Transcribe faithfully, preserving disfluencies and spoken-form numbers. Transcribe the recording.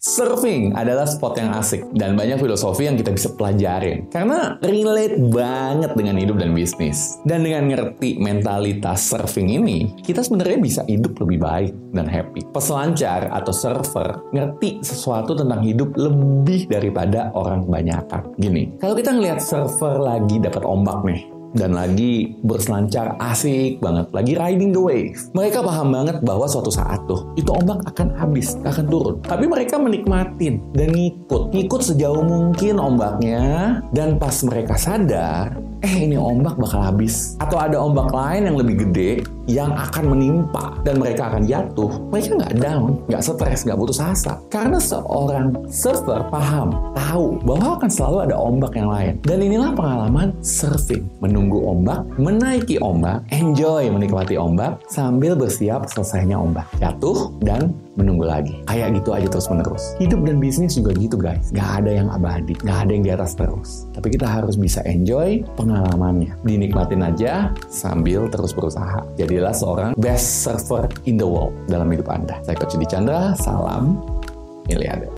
Surfing adalah sport yang asik dan banyak filosofi yang kita bisa pelajarin karena relate banget dengan hidup dan bisnis. Dan dengan ngerti mentalitas surfing ini, kita sebenarnya bisa hidup lebih baik dan happy. Peselancar atau surfer ngerti sesuatu tentang hidup lebih daripada orang kebanyakan. Gini, kalau kita ngelihat surfer lagi dapat ombak nih, dan lagi berselancar asik banget, lagi riding the wave. Mereka paham banget bahwa suatu saat tuh, itu ombak akan habis, akan turun. Tapi mereka menikmatin dan ngikut. Ngikut sejauh mungkin ombaknya, dan pas mereka sadar, eh ini ombak bakal habis. Atau ada ombak lain yang lebih gede, yang akan menimpa, dan mereka akan jatuh. Mereka nggak down, nggak stres, nggak putus asa. Karena seorang surfer paham, tahu bahwa akan selalu ada ombak yang lain. Dan inilah pengalaman surfing. Menunggu ombak, menaiki ombak, enjoy menikmati ombak, sambil bersiap selesainya ombak. Jatuh, dan menunggu lagi. Kayak gitu aja terus-menerus. Hidup dan bisnis juga gitu guys. Gak ada yang abadi, gak ada yang di atas terus. Tapi kita harus bisa enjoy pengalamannya. Dinikmatin aja sambil terus berusaha. Jadilah seorang best surfer in the world dalam hidup Anda. Saya Coach Chandra, salam Miliarder.